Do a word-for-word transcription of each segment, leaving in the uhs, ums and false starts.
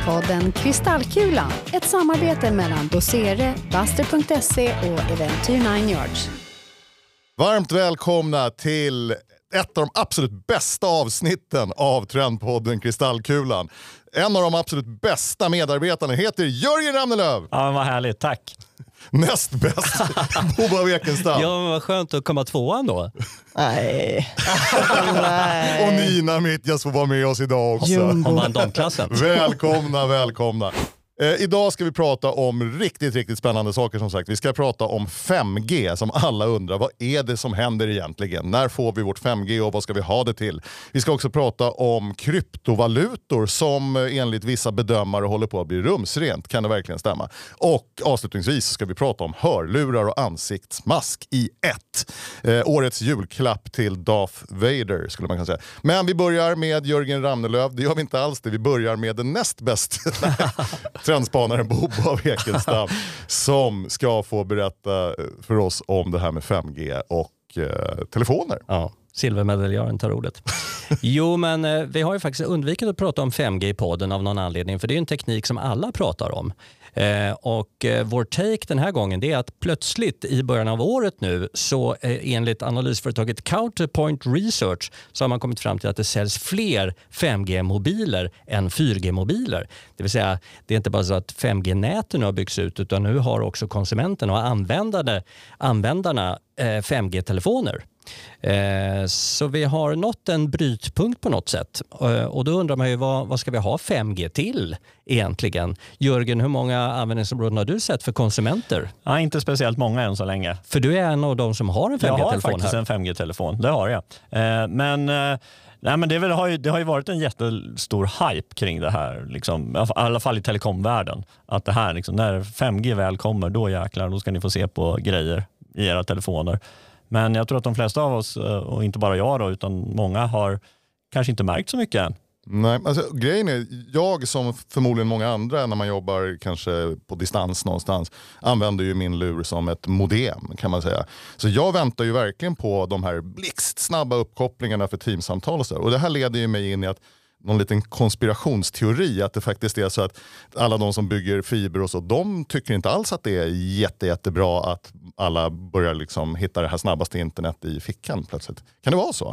Trendpodden Kristallkulan, ett samarbete mellan Dosere, Buster punkt se och Eventyr nine Yards. Varmt välkomna till ett av de absolut bästa avsnitten av Trendpodden Kristallkulan. En av de absolut bästa medarbetarna heter Jörgen Ramnelöv. Ja, vad härligt, tack. Näst bäst, Boba Wekenstam. Ja, men vad skönt att komma tvåan då. Nej. Nej. Och Nina Mittjas får vara med oss idag också. Jumbo. Om man damklassen. Välkomna, välkomna. Eh, idag ska vi prata om riktigt, riktigt spännande saker som sagt. Vi ska prata om fem G som alla undrar. Vad är det som händer egentligen? När får vi vårt fem G och vad ska vi ha det till? Vi ska också prata om kryptovalutor som enligt vissa bedömare håller på att bli rumsrent. Kan det verkligen stämma? Och avslutningsvis ska vi prata om hörlurar och ansiktsmask i ett. Eh, årets julklapp till Darth Vader skulle man kunna säga. Men vi börjar med Jörgen Ramnelöv. Det gör vi inte alls det. Vi börjar med den näst bästa trendspanaren Boba Wekenstam som ska få berätta för oss om det här med fem G och eh, telefoner. Ja, silvermedaljören tar ordet. Jo, men eh, vi har ju faktiskt undvikit att prata om fem G i podden av någon anledning, för det är en teknik som alla pratar om. Eh, och eh, vår take den här gången det är att plötsligt i början av året nu så eh, enligt analysföretaget Counterpoint Research så har man kommit fram till att det säljs fler fem G-mobiler än fyra G-mobiler. Det vill säga, det är inte bara så att fem G-näten har byggts ut utan nu har också konsumenterna och användarna, användarna eh, fem G-telefoner. Eh, så vi har nått en brytpunkt på något sätt. Eh, och då undrar man ju vad, vad ska vi ha fem G till egentligen? Jörgen, hur många användningsområden har du sett för konsumenter? Ja, inte speciellt många än så länge. För du är en av de som har en fem G-telefon här. Jag har faktiskt en fem G-telefon, det har jag. Eh, men... Eh, Nej, men det, väl, har ju, det har ju varit en jättestor hype kring det här, liksom, i alla fall i telekomvärlden. Att det här, liksom, när fem G väl kommer, då jäklar, då ska ni få se på grejer i era telefoner. Men jag tror att de flesta av oss, och inte bara jag då, utan många har kanske inte märkt så mycket än. Nej, alltså grejen är, jag som förmodligen många andra när man jobbar kanske på distans någonstans använder ju min lur som ett modem kan man säga. Så jag väntar ju verkligen på de här blixtsnabba uppkopplingarna för teamsamtal och så. Och det här leder ju mig in i att någon liten konspirationsteori att det faktiskt är så att alla de som bygger fiber och så, de tycker inte alls att det är jätte, jättebra att alla börjar liksom hitta det här snabbaste internet i fickan plötsligt. Kan det vara så?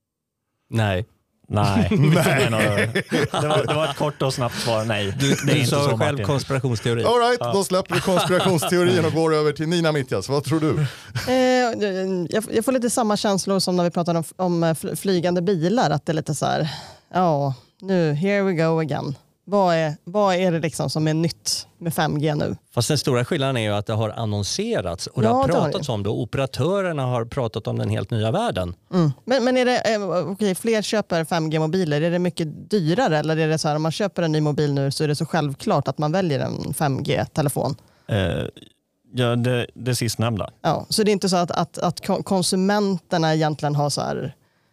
Nej. Nej, nej. Det, var, det var ett kort och snabbt svar, nej. Du, det är du inte sa så, själv Martin. Konspirationsteori. All right, Ja. då släpper vi konspirationsteorin och går över till Nina Mittjas. Vad tror du? Eh, jag, jag får lite samma känslor som när vi pratade om, om flygande bilar. Att det är lite så här, ja, nu, here we go again. Vad är, vad är det liksom som är nytt med fem G nu? Fast den stora skillnaden är ju att det har annonserats och det Ja, har det har pratats det. om det. Operatörerna har pratat om den helt nya världen. Mm. Men, men är det, eh, okej, fler köper fem G-mobiler. Är det mycket dyrare eller är det så här, om man köper en ny mobil nu så är det så självklart att man väljer en fem G-telefon? Eh, ja, det, det sistnämnda. Ja, så det är inte så att, att, att konsumenterna egentligen har så här...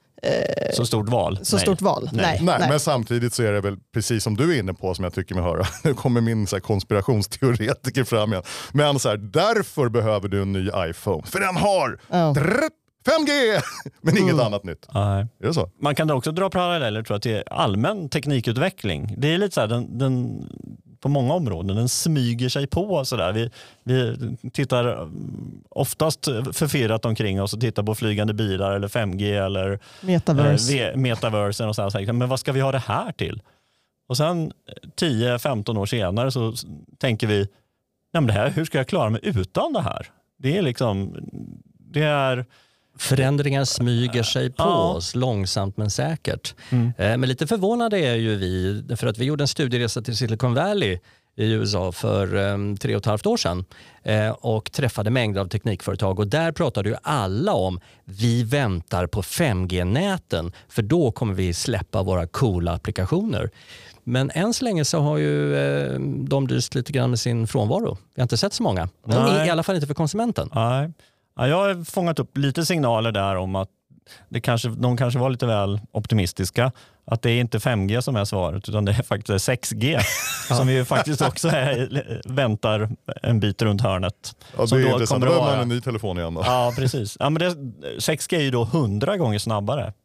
Eh, Så stort val? Så Nej. stort val? Nej. Nej. Nej, nej. men samtidigt så är det väl precis som du är inne på som jag tycker mig höra. Nu kommer min så här, konspirationsteoretiker fram igen. Men så här, därför behöver du en ny iPhone. För den har Ja. drrrt, fem G! Men inget Mm. annat nytt. Nej. Är det så? Man kan också dra paralleller tror jag, till allmän teknikutveckling. Det är lite så här, den, den, på många områden, den smyger sig på. Så där. Vi, vi tittar oftast förvirrat omkring oss och tittar på flygande bilar eller fem G eller Metaverse. eh, metaversen och så här. Men vad ska vi ha det här till? Och sen tio femton år senare så tänker vi, nej men det här, hur ska jag klara mig utan det här? Det är liksom, det är... Förändringar smyger sig på Ja. oss långsamt men säkert. Mm. Eh, Men lite förvånade är ju vi för att vi gjorde en studieresa till Silicon Valley i U S A för um, tre och ett halvt år sedan eh, och träffade mängder av teknikföretag och där pratade ju alla om vi väntar på fem G-näten för då kommer vi släppa våra coola applikationer. Men än så länge så har ju eh, de dyst lite grann med sin frånvaro. Vi har inte sett så många. Nej. I alla fall inte för konsumenten. Nej. Ja, jag har fångat upp lite signaler där om att det kanske, de kanske var lite väl optimistiska. Att det är inte fem G som är svaret utan det är faktiskt sex G som vi ju faktiskt också är, väntar en bit runt hörnet. Ja, det som är då intressant. kommer Då att behöver vara... man en ny telefon igen då. Ja, precis. Ja, men det, sex G är ju då hundra gånger snabbare.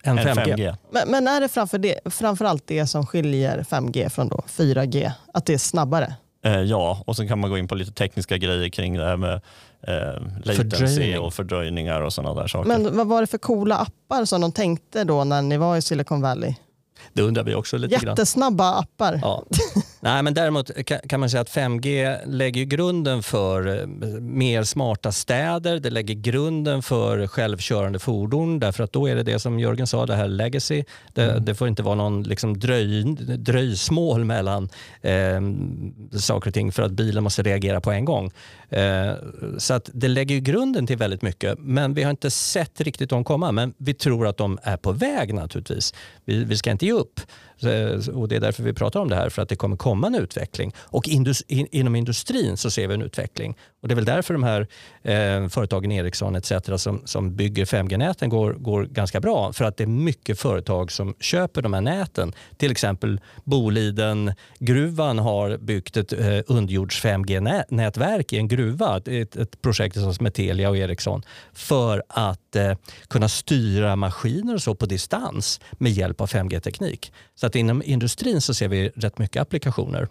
än än fem G. fem G. Men, men är det framför det, framförallt det som skiljer fem G från då fyra G? Att det är snabbare? Eh, ja, och sen kan man gå in på lite tekniska grejer kring det här med eh, latency Fördröjning. och fördröjningar och sådana där saker. Men vad var det för coola appar som de tänkte då när ni var i Silicon Valley? Det undrar vi också lite grann. Jättesnabba appar. Ja. Nej, men däremot kan, kan man säga att fem G lägger ju grunden för eh, mer smarta städer. Det lägger grunden för självkörande fordon, därför att då är det det som Jörgen sa, det här legacy. Det, mm. det får inte vara någon liksom dröj, dröjsmål mellan eh, saker och ting för att bilen måste reagera på en gång. Eh, så att det lägger ju grunden till väldigt mycket, men vi har inte sett riktigt dem komma. Men vi tror att de är på väg naturligtvis. Vi, vi ska inte ge upp. Och det är därför vi pratar om det här, för att det kommer komma en utveckling. Och indus- in, inom industrin så ser vi en utveckling. Och det är väl därför de här eh, företagen Ericsson et cetera som, som bygger fem G-näten går, går ganska bra. För att det är mycket företag som köper de här näten. Till exempel Boliden-gruvan har byggt ett eh, underjords fem G-nätverk i en gruva. Ett, ett projekt som med Telia och Ericsson. För att eh, kunna styra maskiner och så på distans med hjälp av fem G-teknik. Så att inom industrin så ser vi rätt mycket applikationer.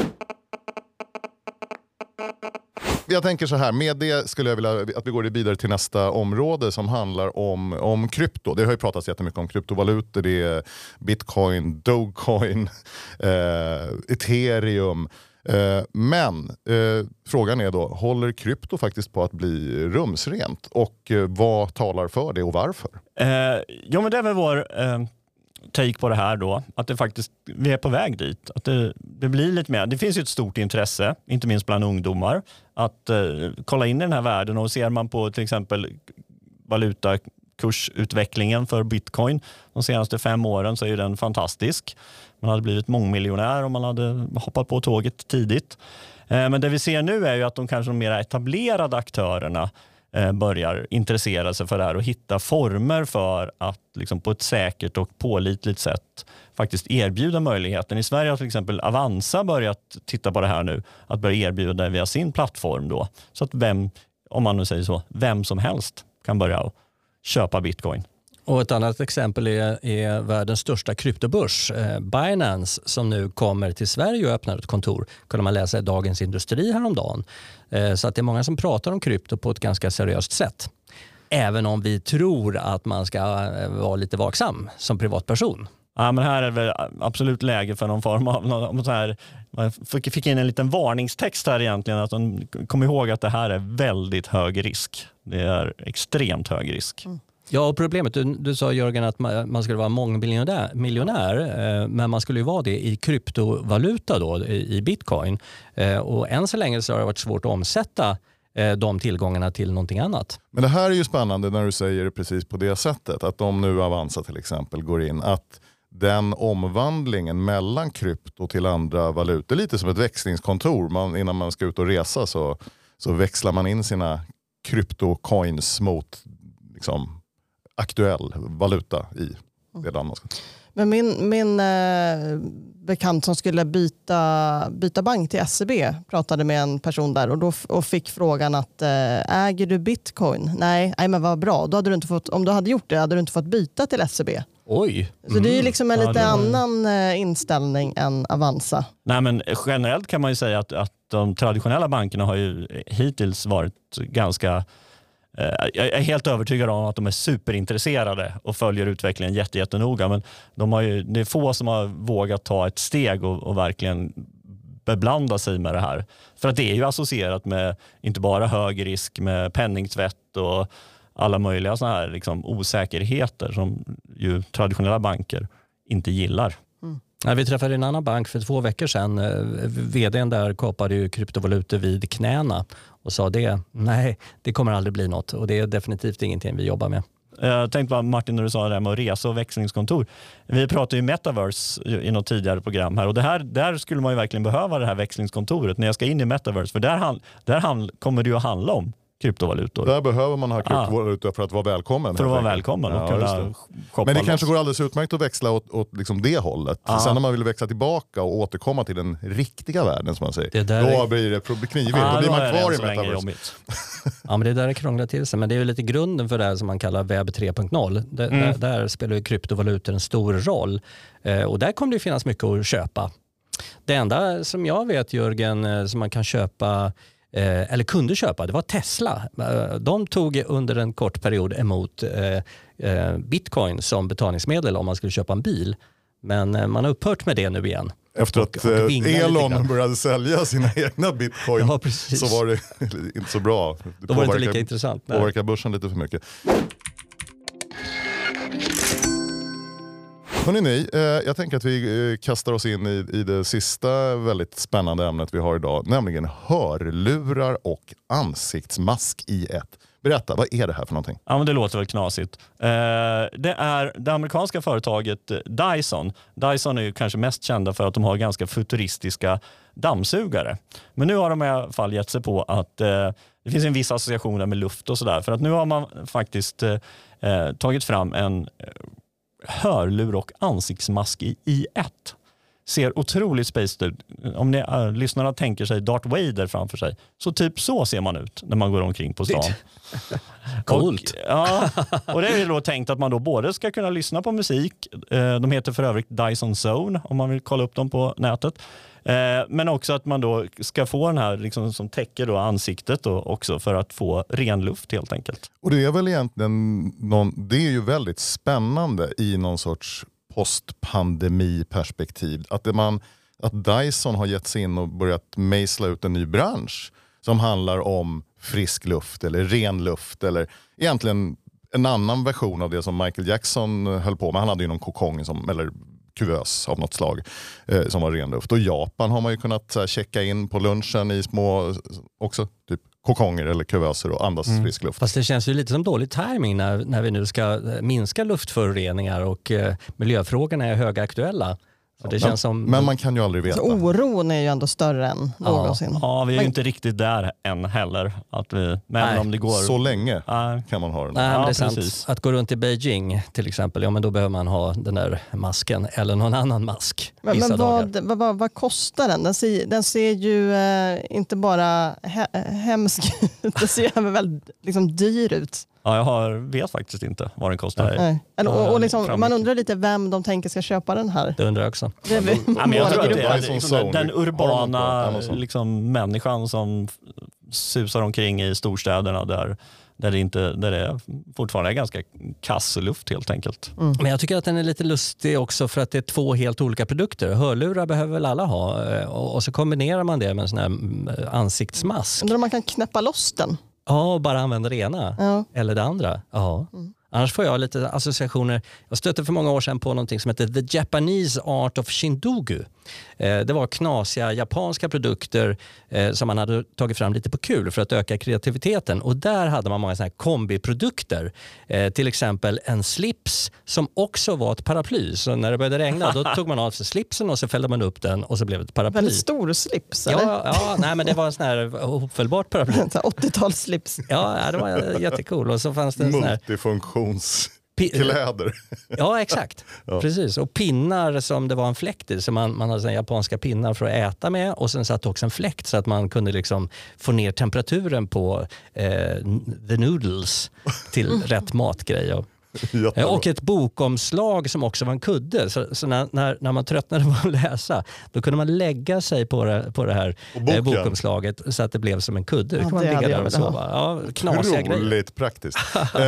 Jag tänker så här, med det skulle jag vilja att vi går vidare till nästa område som handlar om, om krypto. Det har ju pratats jättemycket om kryptovalutor, det är Bitcoin, Dogecoin, eh, Ethereum. Eh, men eh, frågan är då, håller krypto faktiskt på att bli rumsrent? Och eh, vad talar för det och varför? Eh, jo, men det är väl vår eh, take på det här då, att det faktiskt, vi är på väg dit. Att det, det blir lite mer, det finns ju ett stort intresse, inte minst bland ungdomar, att eh, kolla in i den här världen. Och ser man på till exempel valutakursutvecklingen för Bitcoin de senaste fem åren, så är ju den fantastisk. Man hade blivit mångmiljonär om man hade hoppat på tåget tidigt. Eh, men det vi ser nu är ju att de kanske de mer etablerade aktörerna eh, börjar intressera sig för det här och hitta former för att liksom, på ett säkert och pålitligt sätt faktiskt erbjuda möjligheten. I Sverige har till exempel Avanza börjat titta på det här nu, att börja erbjuda det via sin plattform då. Så att vem, om man nu säger så, vem som helst kan börja köpa Bitcoin. Och ett annat exempel är, är världens största kryptobörs, eh, Binance, som nu kommer till Sverige och öppnar ett kontor. Kunde man läsa i Dagens Industri häromdagen. Eh, så att det är många som pratar om krypto på ett ganska seriöst sätt. Även om vi tror att man ska eh, vara lite vaksam som privatperson. Ja, men här är det väl absolut läge för någon form av någon så här, man fick in en liten varningstext här egentligen, att de kom ihåg att det här är väldigt hög risk. Det är extremt hög risk. Mm. Ja, och problemet, du, du sa Jörgen att man, man skulle vara mångmiljonär, miljonär, eh, men man skulle ju vara det i kryptovaluta då, i, i Bitcoin. Eh, och än så länge så har det varit svårt att omsätta eh, de tillgångarna till någonting annat. Men det här är ju spännande när du säger det precis på det sättet, att om nu Avanza till exempel går in, att den omvandlingen mellan krypto till andra valutor, lite som ett växlingskontor, man, innan man ska ut och resa så, så växlar man in sina kryptocoins mot liksom aktuell valuta i det land man ska. Men min, min eh, bekant som skulle byta, byta bank till S E B pratade med en person där och, då, och fick frågan att eh, äger du Bitcoin? Nej, nej, men vad bra. Då hade du inte fått, om du hade gjort det hade du inte fått byta till S E B. Oj. Så mm. det är ju liksom en ja, lite var... annan eh, inställning än Avanza. Nej, men generellt kan man ju säga att, att de traditionella bankerna har ju hittills varit ganska... Jag är helt övertygad om att de är superintresserade och följer utvecklingen jätte, jättenoga. Men de har ju, det är få som har vågat ta ett steg och, och verkligen beblanda sig med det här. För att det är ju associerat med inte bara hög risk med penningtvätt och alla möjliga såna här liksom osäkerheter som ju traditionella banker inte gillar. Mm. Ja, vi träffade en annan bank för två veckor sedan. Vdn där kapade ju kryptovalutor vid knäna och sa det, nej, det kommer aldrig bli något och det är definitivt ingenting vi jobbar med. Jag tänkte bara Martin när du sa det här med att resa och växlingskontor. Vi pratade ju Metaverse i något tidigare program här och det här, där skulle man ju verkligen behöva det här växlingskontoret när jag ska in i Metaverse, för där, där kommer det ju att handla om kryptovalutor. Där behöver man ha kryptovalutor ah. för att vara välkommen. För att vara välkommen och ja, kunna shoppa. Men det kanske loss. går alldeles utmärkt att växla åt, åt liksom det hållet. Ah. Sen när man vill växla tillbaka och återkomma till den riktiga världen som man säger. Det där då är... blir det knivigt. Ah, då blir då man kvar i metaverse. Ja, men det där är krånglat till sig. Men det är ju lite grunden för det här som man kallar webb tre punkt noll. Det, mm. där, där spelar ju kryptovalutor en stor roll. Eh, och där kommer det finnas mycket att köpa. Det enda som jag vet, Jörgen, som man kan köpa Eh, eller kunde köpa, det var Tesla. Eh, de tog under en kort period emot eh, eh, bitcoin som betalningsmedel om man skulle köpa en bil. Men eh, man har upphört med det nu igen. Efter att och, och Elon började sälja sina egna bitcoin ja, så var det inte så bra. Det Då var det inte lika intressant. Det påverkar börsen lite för mycket. Hörrni, ni, eh, jag tänker att vi eh, kastar oss in i, i det sista väldigt spännande ämnet vi har idag, nämligen hörlurar och ansiktsmask i ett. Berätta, vad är det här för någonting? Ja, men det låter väl knasigt. Eh, det är det amerikanska företaget Dyson. Dyson är ju kanske mest kända för att de har ganska futuristiska dammsugare. Men nu har de i alla fall gett sig på att eh, det finns en viss association med luft och sådär. För att nu har man faktiskt eh, tagit fram en hörlur och ansiktsmask i, i ett. Ser otroligt spaced ut. Om ni äh, lyssnarna tänker sig Darth Vader framför sig, så typ så ser man ut när man går omkring på stan. Coolt. Och, ja, och det är ju då tänkt att man då både ska kunna lyssna på musik, eh, de heter för övrigt Dyson Zone om man vill kolla upp dem på nätet, eh, men också att man då ska få den här liksom, som täcker då ansiktet då, också för att få ren luft helt enkelt. Och det är väl egentligen någon, det är ju väldigt spännande i någon sorts postpandemiperspektiv. Att, det man, att Dyson har gett sig in och börjat mejsla ut en ny bransch som handlar om frisk luft eller ren luft eller egentligen en annan version av det som Michael Jackson höll på med. Han hade ju någon kokong som, eller kuvös av något slag eh, som var ren luft. Och i Japan har man ju kunnat så här, checka in på lunchen i små också typ kokonger eller kuvöser och andas mm. frisk luft. Fast det känns ju lite som dålig timing när, när vi nu ska minska luftföroreningar och eh, miljöfrågorna är högaktuella. Så det ja, känns men, som... men man kan ju aldrig veta. Så oron är ju ändå större än ja. någonsin. Ja, vi är ju men... inte riktigt där än heller. Att vi, men Nej. om det går... Så länge Nej. kan man ha den. Nej, men ja, det är sant. precis. Att gå runt i Beijing till exempel, ja men då behöver man ha den där masken eller någon annan mask men, vissa men vad, dagar. vad, vad, vad kostar den? Den ser, den ser ju eh, inte bara he- hemsk ut, den ser även väldigt liksom, dyr ut. Ja, jag har, vet faktiskt inte vad den kostar. Nej. Eller, och, och liksom, man undrar lite vem de tänker ska köpa den här. Det undrar jag också. Det är vi, ja, men jag tror att det är liksom liksom, den, den urbana något liksom, människan som susar omkring i storstäderna där, där, det inte, där det fortfarande är ganska kass luft helt enkelt. Mm. Men jag tycker att den är lite lustig också för att det är två helt olika produkter. Hörlurar behöver väl alla ha och, och så kombinerar man det med en sån här ansiktsmask. Undrar om man kan knäppa loss den. Ja, och bara använda det ena ja. eller det andra. Ja. Mm. Annars får jag lite associationer. Jag stötte för många år sedan på någonting som heter The Japanese Art of Shindogu. Eh, det var knasiga japanska produkter eh, som man hade tagit fram lite på kul för att öka kreativiteten. Och där hade man många såna här kombiprodukter. Eh, till exempel en slips som också var ett paraply. Så när det började regna då tog man av sig slipsen och så fällde man upp den och så blev det ett paraply. Väldigt stor slips, eller? Ja, ja nej, men det var en sån här hopfällbart paraply. åttiotalsslips. Ja, det var jättecool. Och så fanns det en sån här... Multifunktions... kläder. Ja, exakt. Ja. Precis. Och pinnar som det var en fläkt i. Så man, man hade såna japanska pinnar för att äta med. Och sen satt också en fläkt så att man kunde liksom få ner temperaturen på eh, the noodles till rätt matgrej. Och, och ett bokomslag som också var en kudde. Så, så när, när, när man tröttnade på att läsa, då kunde man lägga sig på det, på det här eh, bokomslaget så att det blev som en kudde. Ja, då kan man ligga där och sova. Ja, knasiga grejer. Roligt praktiskt.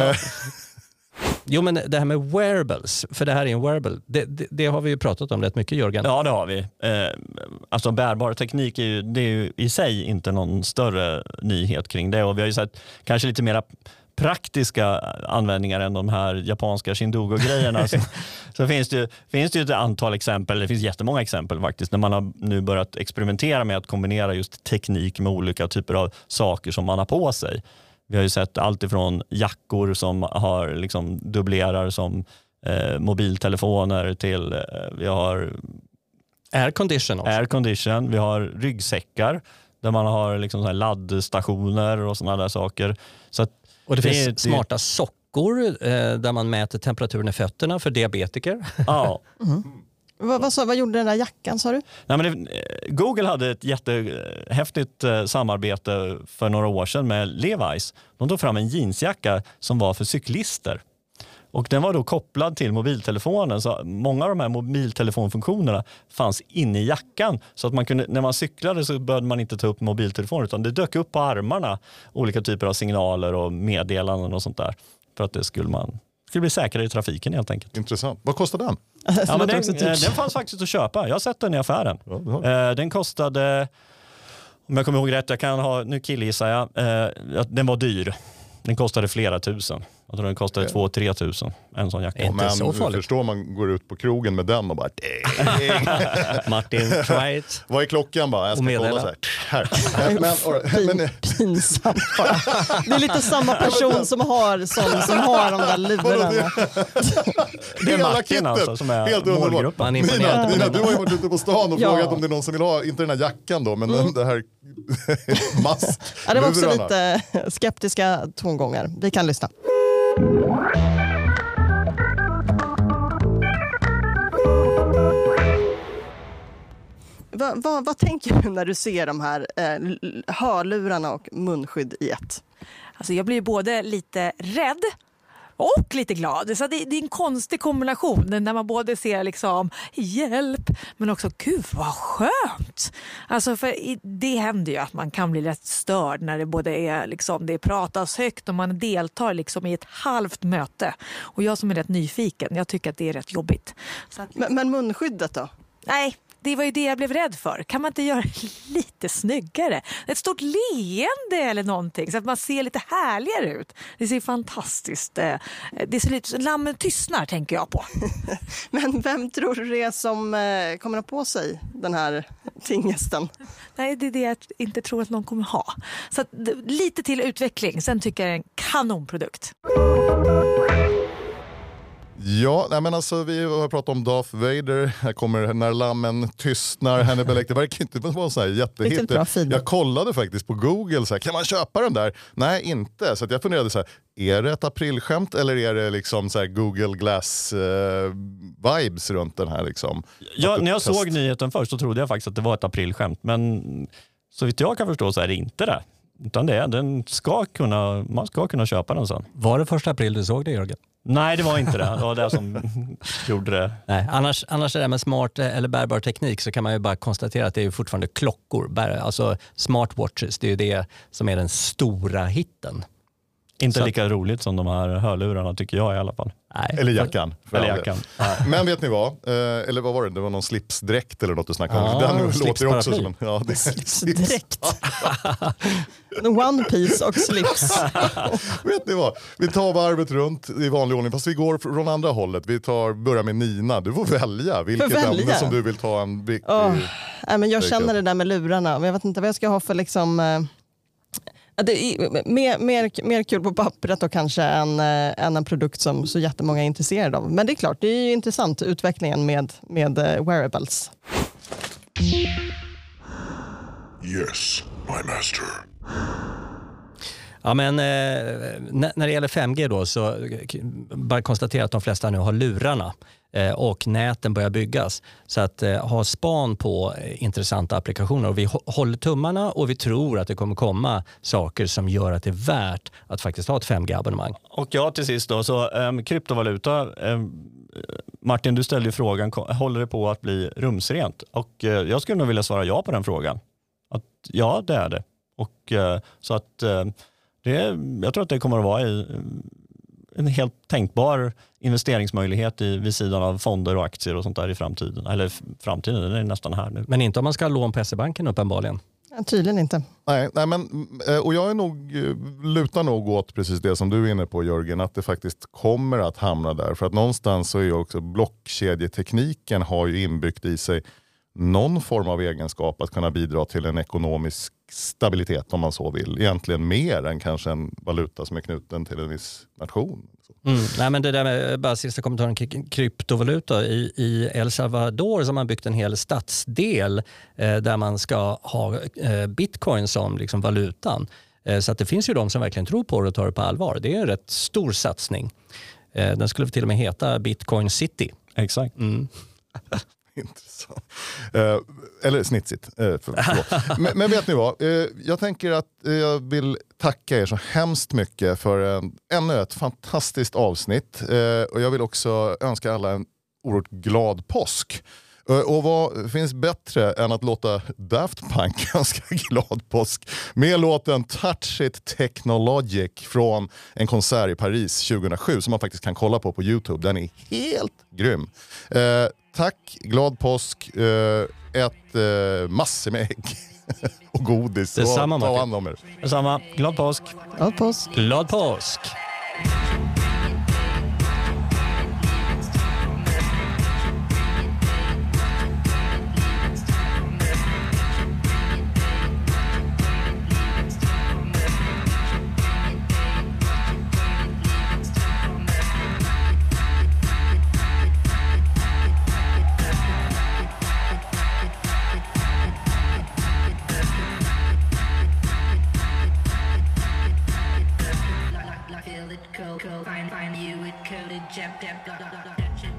Jo, men det här med wearables, för det här är en wearable, det, det, det har vi ju pratat om rätt mycket, Jörgen. Ja, det har vi. Eh, alltså bärbar teknik är ju, det är ju i sig inte någon större nyhet kring det. Och vi har ju sett kanske lite mera praktiska användningar än de här japanska Shindogu-grejerna. så så finns, det, finns det ju ett antal exempel, det finns jättemånga exempel faktiskt, när man har nu börjat experimentera med att kombinera just teknik med olika typer av saker som man har på sig. Vi har ju sett allt ifrån jackor som har liksom dubblerar som eh, mobiltelefoner till eh, vi har air condition också. Air condition, vi har ryggsäckar där man har liksom så här laddstationer och sådana där saker. Så att Och det, det finns det, smarta sockor eh, där man mäter temperaturen i fötterna för diabetiker. Ja. Mm. Vad, vad, sa, vad gjorde den där jackan, sa du? Nej, men det, Google hade ett jättehäftigt eh, samarbete för några år sedan med Levi's. De tog fram en jeansjacka som var för cyklister. Och den var då kopplad till mobiltelefonen, så många av de här mobiltelefonfunktionerna fanns inne i jackan. Så att man kunde, när man cyklade så behövde man inte ta upp mobiltelefonen, utan det dök upp på armarna olika typer av signaler och meddelanden och sånt där. För att det skulle man skulle bli säkrare i trafiken helt enkelt. Intressant. Vad kostar den? Ja, men den, den fanns faktiskt att köpa. Jag har sett den i affären. Ja, den kostade, om jag kommer ihåg rätt, jag kan ha, nu killgissar jag, den var dyr. Den kostade flera tusen. Jag tror den kostade okay. två, tre tusen. En sån jacka. Inte men så farligt. Du förstår, man går ut på krogen med den och bara... Martin, try it. Vad är klockan bara? Jag ska kolla så här. här. Men, men, men, pinsamt bara. Det är lite samma person som har, som, som har de där lurarna. Det är Martin alltså som är helt målgruppen. Nina, Nina, du har ju varit ute på stan och ja. frågat om det är någon som vill ha, inte den här jackan då, men mm. det här mask. Ja, det var också lite skeptiska tongångar. Vi kan lyssna. Vad, vad, vad tänker du när du ser de här eh, hörlurarna och munskydd i ett? Alltså jag blir både lite rädd och lite glad. Så det, det är en konstig kombination när man både ser liksom hjälp, men också gud vad skönt. Alltså för det händer ju att man kan bli rätt störd när det både är liksom, det pratas högt och man deltar liksom i ett halvt möte. Och jag som är rätt nyfiken, jag tycker att det är rätt jobbigt. Så att, men, men munskyddet då? Nej. Det var ju det jag blev rädd för. Kan man inte göra det lite snyggare? Ett stort leende eller någonting så att man ser lite härligare ut. Det ser fantastiskt. Det ser lite lammen tystnar, tänker jag på. Men vem tror du det är som kommer att på sig den här tingesten? Nej, det är det jag inte tror att någon kommer ha. Så att, lite till utveckling. Sen tycker jag det är en kanonprodukt. Ja, nej men alltså vi har pratat om Darth Vader. Här kommer När lammen tystnar. Hannibal Lecter. Det verkar inte vara så här jättehit. Jag kollade faktiskt på Google så här, kan man köpa den där? Nej, inte. Så att jag funderade så här, är det ett aprilskämt eller är det liksom så här Google Glass uh, vibes runt den här liksom? Ja, när jag såg nyheten först så trodde jag faktiskt att det var ett aprilskämt, men så vitt jag kan förstå så är det inte det. Utan det är, den ska kunna, man ska kunna köpa den sen. Var det första april du såg det, Jörgen? Nej, det var inte det. Det var det som gjorde det. Nej, annars, annars är det med smart eller bärbar teknik så kan man ju bara konstatera att det är fortfarande klockor. Bär, alltså smartwatches, det är ju det som är den stora hitten. Inte så lika att, roligt som de här hörlurarna tycker jag i alla fall. Nej. Eller jackan. Eller jackan. Men vet ni vad? Eh, eller vad var det? Det var någon slipsdräkt eller något du snackade om. Ja, den låter också som en... Ja, det är slipsdräkt. One Piece och slips. Vet ni vad? Vi tar varvet runt i vanlig ordning. Fast vi går från andra hållet. Vi tar, börjar med Nina. Du får välja vilket välja. ämne som du vill ta en viktig... Oh. Nej, men jag känner det där med lurarna. Men jag vet inte vad jag ska ha för liksom... Eh... Det är mer, mer, mer kul på pappret då kanske än, än en produkt som så jättemånga är intresserade av. Men det är klart, det är ju intressant utvecklingen med, med wearables. Yes, my master. Ja, men eh, när det gäller fem G då så bara konstatera att de flesta nu har lurarna eh, och näten börjar byggas. Så att eh, ha span på eh, intressanta applikationer och vi håller tummarna och vi tror att det kommer komma saker som gör att det är värt att faktiskt ha ett fem G-abonnemang. Och ja, till sist då, så um, kryptovaluta, um, Martin, du ställde ju frågan, håller det på att bli rumsrent? Och uh, jag skulle nog vilja svara ja på den frågan. Att ja, det är det. Och uh, så att uh, det är, jag tror att det kommer att vara i, en helt tänkbar investeringsmöjlighet i, vid sidan av fonder och aktier och sånt där i framtiden. Eller framtiden, den är nästan här nu. Men inte om man ska ha lån på S E-banken uppenbarligen. Ja, tydligen inte. Nej, nej, men, och jag är nog, lutar nog åt precis det som du är inne på, Jörgen, att det faktiskt kommer att hamna där. För att någonstans så är ju också blockkedjetekniken har ju inbyggt i sig någon form av egenskap att kunna bidra till en ekonomisk stabilitet om man så vill. Egentligen mer än kanske en valuta som är knuten till en viss nation. Mm. Nej, men det där med, bara sista kommentaren kring kryptovaluta. I, I El Salvador så har man byggt en hel stadsdel eh, där man ska ha eh, bitcoin som liksom valutan. Eh, så att det finns ju de som verkligen tror på det och tar det på allvar. Det är en rätt stor satsning. Eh, den skulle till och med heta Bitcoin City. Exakt. Mm. Intressant. Eh, eller snitsigt. Eh, för, men, men vet ni vad? Eh, jag tänker att eh, jag vill tacka er så hemskt mycket för en, ännu ett fantastiskt avsnitt. Eh, och jag vill också önska alla en oerhört glad påsk. Eh, och vad finns bättre än att låta Daft Punk önska glad påsk med låten Touch It Technologic från en konsert i Paris tjugohundrasju som man faktiskt kan kolla på på YouTube. Den är helt grym. Eh, Tack, glad påsk, eh, ät eh, massor med ägg och godis. Det är och samma, ta hand om er. Detsamma. Glad påsk. Glad påsk. Glad påsk! Feel it go, go, find, find you, it coded, jab, jab, blah, blah, blah, blah.